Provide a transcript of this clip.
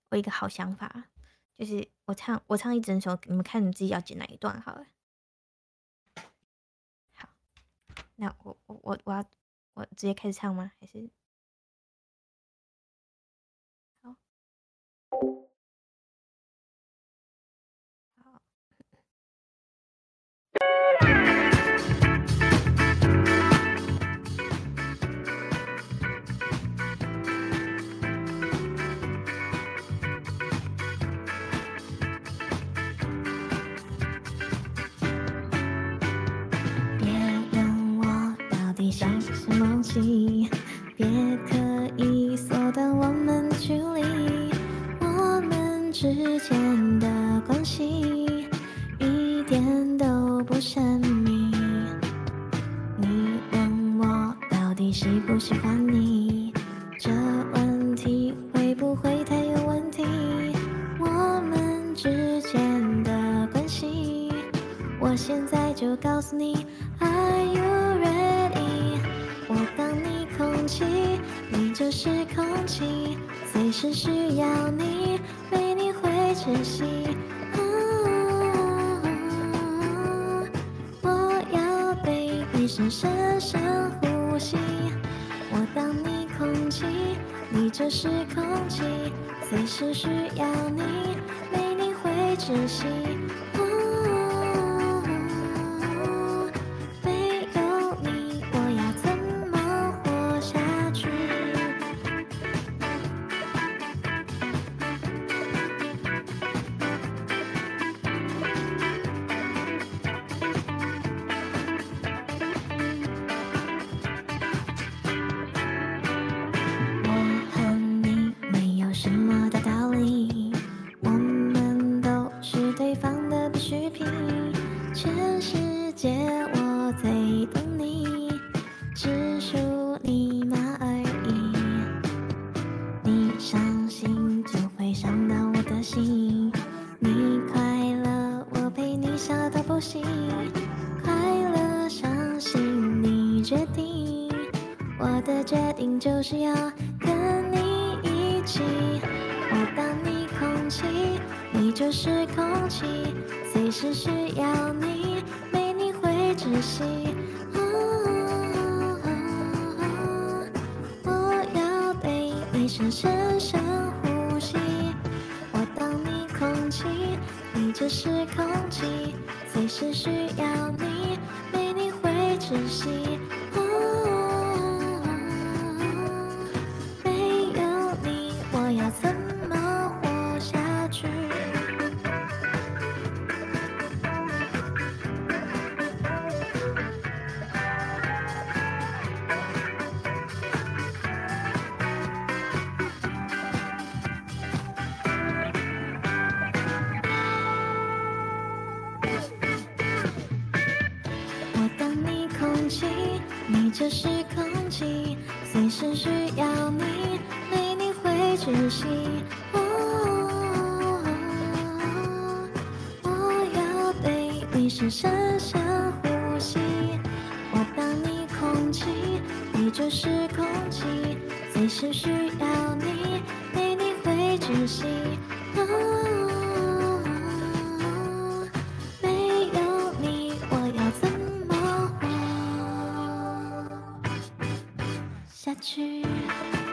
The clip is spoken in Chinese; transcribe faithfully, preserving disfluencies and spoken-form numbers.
我有一个好想法，就是我唱我唱一整首，你们看你自己要剪哪一段好了。好，那我我我我要我直接开始唱吗？还是好好。别问我到底是什么气，别刻意缩短我们距离，我们之间的关系一点都不神秘。你问我到底喜不喜欢你，这问题会不会太有问题？我们之间的关系，我现在就告诉你 Are you ready？ 我当你空气，你就是空气，随时需要你，没你会窒息。啊我要被你深深深呼吸，我当你空气，你就是空气，随时需要你，没你会窒息。没有你，我要怎么活下去？我和你没有什么大道理，我们都是对方的必需品。全世界我最懂你，只属你那而已。你伤心就会伤到我的心，你快乐我陪你笑到不行，快乐伤心你决定，我的决定就是要跟你一起。我当你空气，你就是空气，随时需要你，没你会窒息。我要被你深深深呼吸，我当你空气，你就是空气，随时需要你，没你会窒息。没有你，我要怎么活下去？我当你空气，你就是空气，随时需要你，没你会窒息。哦我要对你深深深呼吸，我当你空气，你就是空气，随时需要你，没你会窒息。哦没有你，我要怎么活下去？